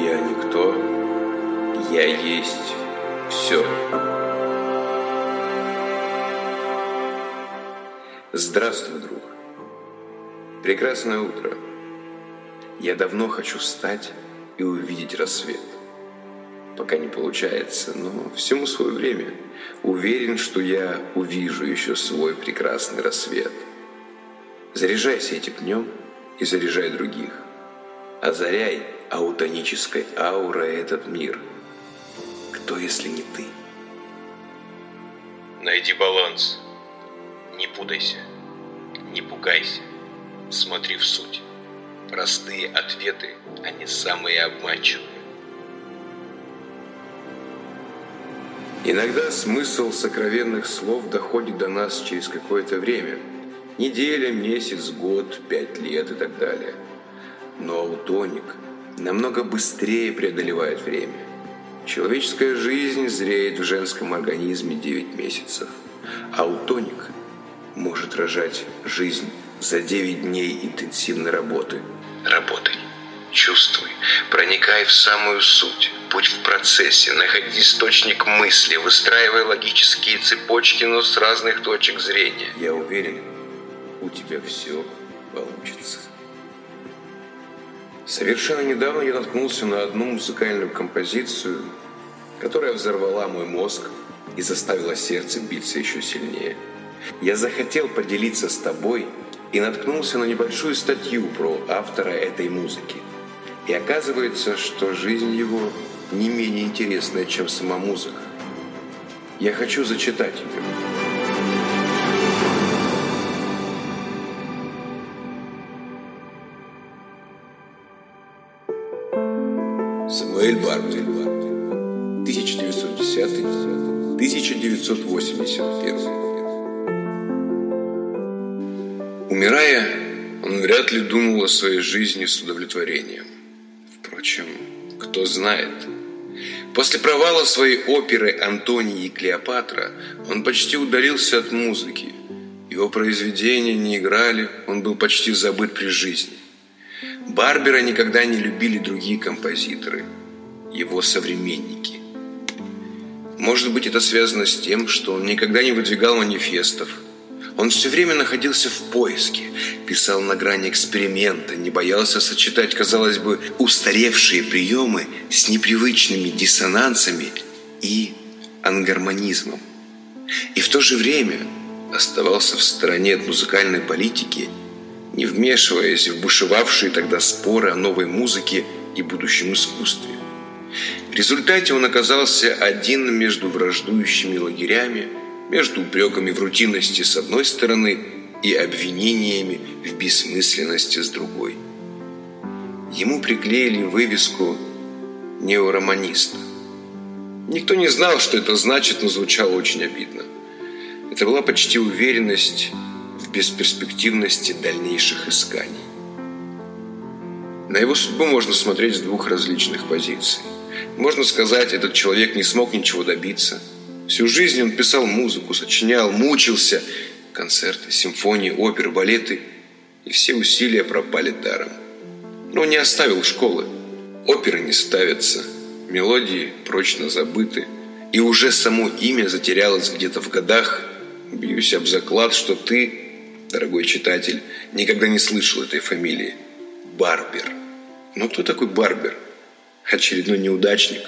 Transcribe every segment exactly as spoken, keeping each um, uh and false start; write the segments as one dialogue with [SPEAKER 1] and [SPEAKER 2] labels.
[SPEAKER 1] Я никто, я есть все. Здравствуй, друг. Прекрасное утро. Я давно хочу встать и увидеть рассвет. Пока не получается, но всему свое время. Уверен, что я увижу еще свой прекрасный рассвет. Заряжайся этим днем и заряжай других. Озаряй аутонической аурой этот мир. Кто, если не ты?
[SPEAKER 2] Найди баланс. Не путайся, не пугайся. Смотри в суть. Простые ответы, они самые обманчивые.
[SPEAKER 1] Иногда смысл сокровенных слов доходит до нас через какое-то время. Неделя, месяц, год, пять лет и так далее. Но аутоник намного быстрее преодолевает время. Человеческая жизнь зреет в женском организме девять месяцев. Аутоник может рожать жизнь за девять дней интенсивной работы.
[SPEAKER 2] Работай, чувствуй, проникай в самую суть. Будь в процессе, находи источник мысли, выстраивай логические цепочки, но с разных точек зрения.
[SPEAKER 1] Я уверен, у тебя все получится. Совершенно недавно я наткнулся на одну музыкальную композицию, которая взорвала мой мозг и заставила сердце биться еще сильнее. Я захотел поделиться с тобой и наткнулся на небольшую статью про автора этой музыки. И оказывается, что жизнь его не менее интересная, чем сама музыка. Я хочу зачитать ее. Самуэль Барбер, тысяча девятьсот десятый — тысяча девятьсот восемьдесят первый. Умирая, он вряд ли думал о своей жизни с удовлетворением. Впрочем, кто знает. После провала своей оперы «Антоний и Клеопатра» он почти удалился от музыки. Его произведения не играли, он был почти забыт при жизни. Барбера никогда не любили другие композиторы, его современники. Может быть, это связано с тем, что он никогда не выдвигал манифестов. Он все время находился в поиске, писал на грани эксперимента, не боялся сочетать, казалось бы, устаревшие приемы с непривычными диссонансами и ангармонизмом. И в то же время оставался в стороне от музыкальной политики, не вмешиваясь в бушевавшие тогда споры о новой музыке и будущем искусстве. В результате он оказался один между враждующими лагерями, между упреками в рутинности с одной стороны и обвинениями в бессмысленности с другой. Ему приклеили вывеску «неороманиста». Никто не знал, что это значит, но звучало очень обидно. Это была почти уверенность в бесперспективности дальнейших исканий. На его судьбу можно смотреть с двух различных позиций. Можно сказать, этот человек не смог ничего добиться. Всю жизнь он писал музыку, сочинял, мучился. Концерты, симфонии, оперы, балеты. И все усилия пропали даром. Но он не оставил школы. Оперы не ставятся, мелодии прочно забыты. И уже само имя затерялось где-то в годах. Бьюсь об заклад, что ты, дорогой читатель, никогда не слышал этой фамилии. Барбер. Но кто такой Барбер? Очередной неудачник?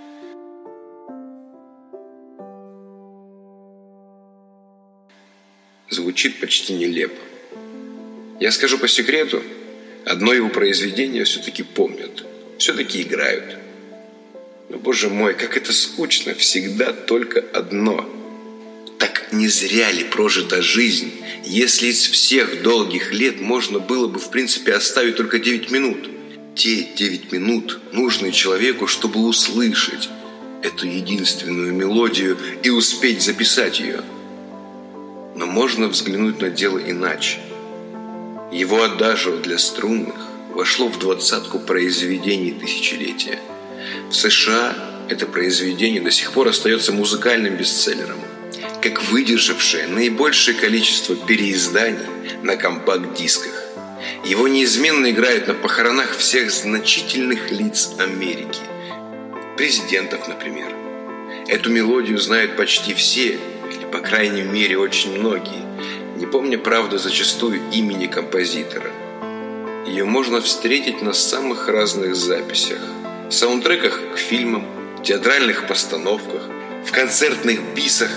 [SPEAKER 1] Звучит почти нелепо. Я скажу по секрету, одно его произведение все-таки помнят, все-таки играют. Но, боже мой, как это скучно, всегда только одно. Так не зря ли прожита жизнь, если из всех долгих лет можно было бы, в принципе, оставить только девять минут? Те девять минут, нужные человеку, чтобы услышать эту единственную мелодию и успеть записать ее. Но можно взглянуть на дело иначе. Его адажио для струнных вошло в двадцатку произведений тысячелетия. В США это произведение до сих пор остается музыкальным бестселлером, как выдержавшее наибольшее количество переизданий на компакт-дисках. Его неизменно играют на похоронах всех значительных лиц Америки. Президентов, например. Эту мелодию знают почти все, или, по крайней мере, очень многие, не помня, правда, зачастую имени композитора. Ее можно встретить на самых разных записях, саундтреках к фильмам, театральных постановках, в концертных бисах.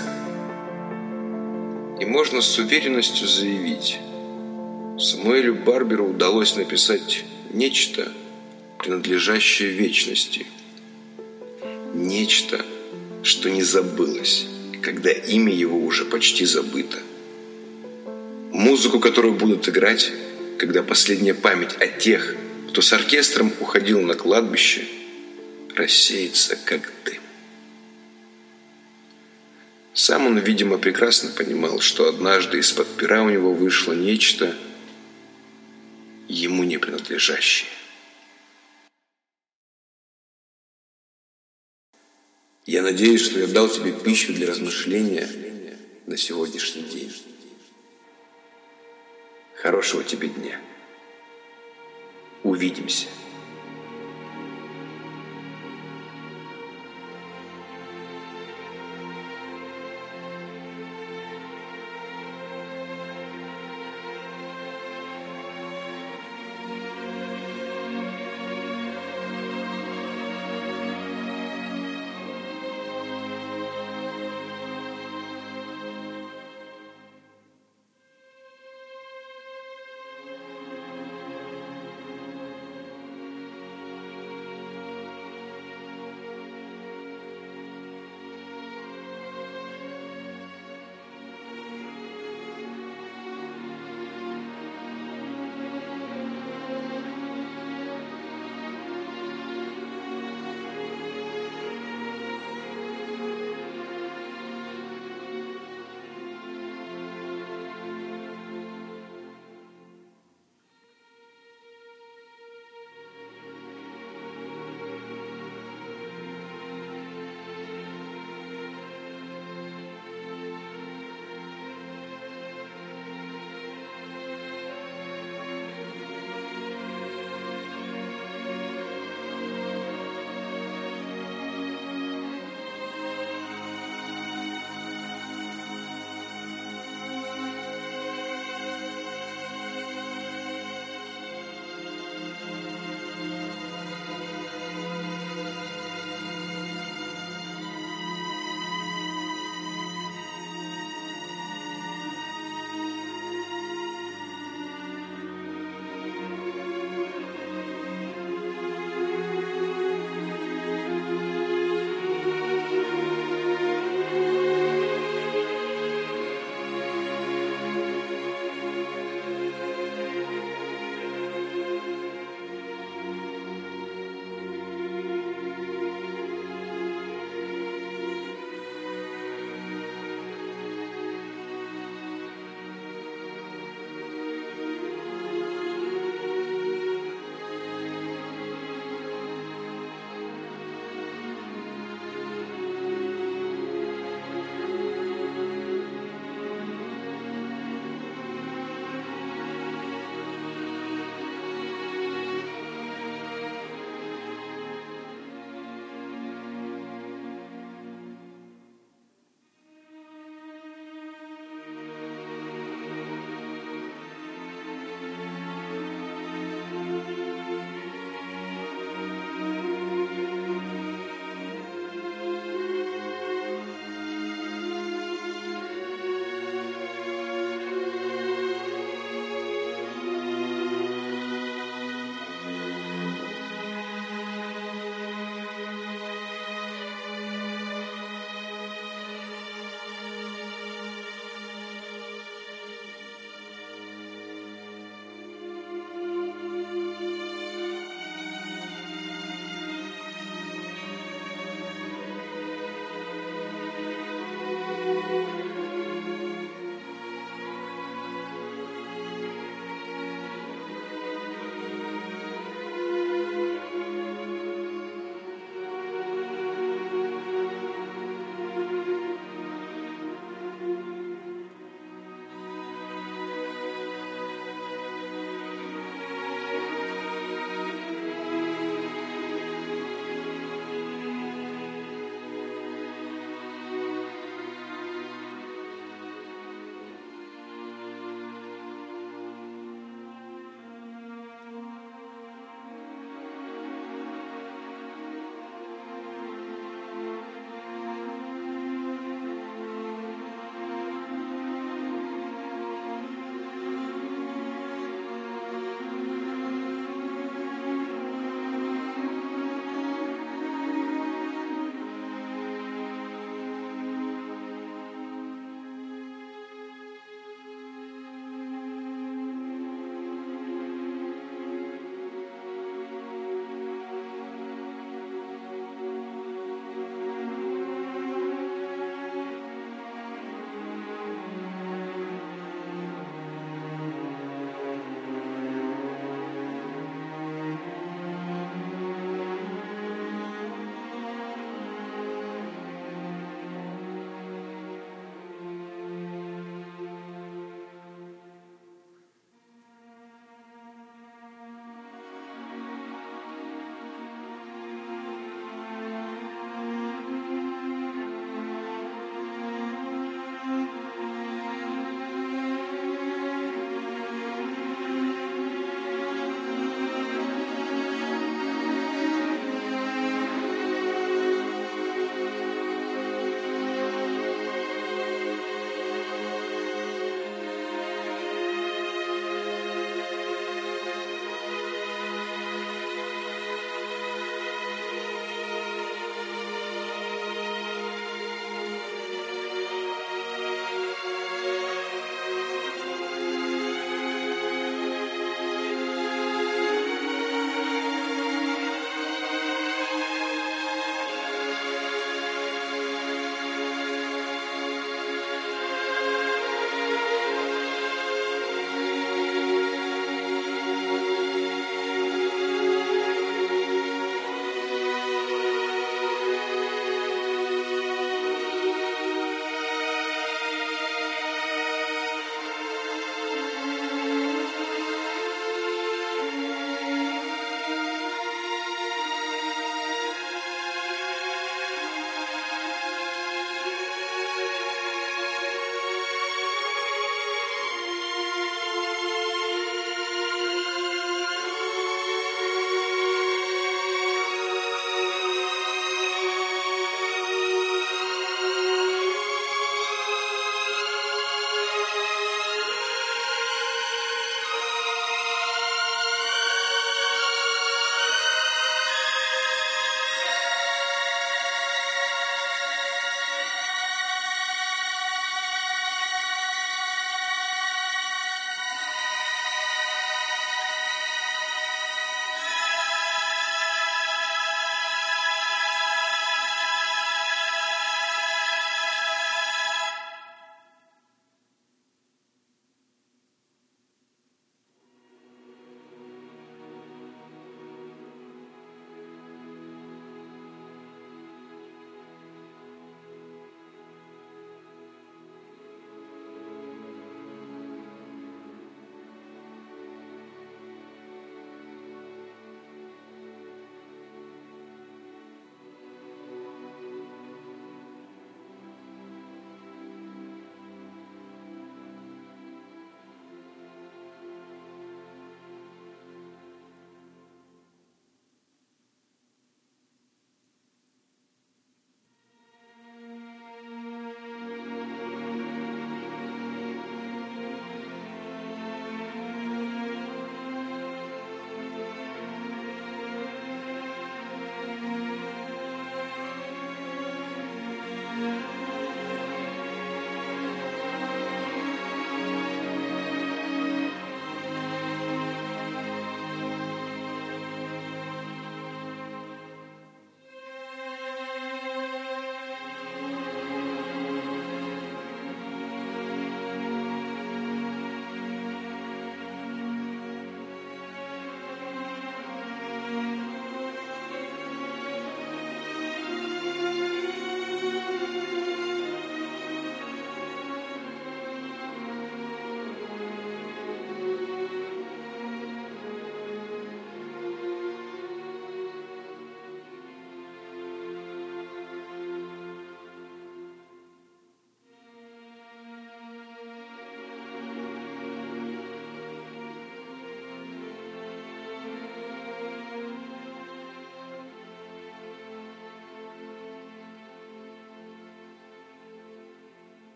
[SPEAKER 1] И можно с уверенностью заявить, Самуэлю Барберу удалось написать нечто, принадлежащее вечности. Нечто, что не забылось, когда имя его уже почти забыто. Музыку, которую будут играть, когда последняя память о тех, кто с оркестром уходил на кладбище, рассеется, как дым. Сам он, видимо, прекрасно понимал, что однажды из-под пера у него вышло нечто, ему не принадлежащее. Я надеюсь, что я дал тебе пищу для размышления на сегодняшний день. Хорошего тебе дня. Увидимся.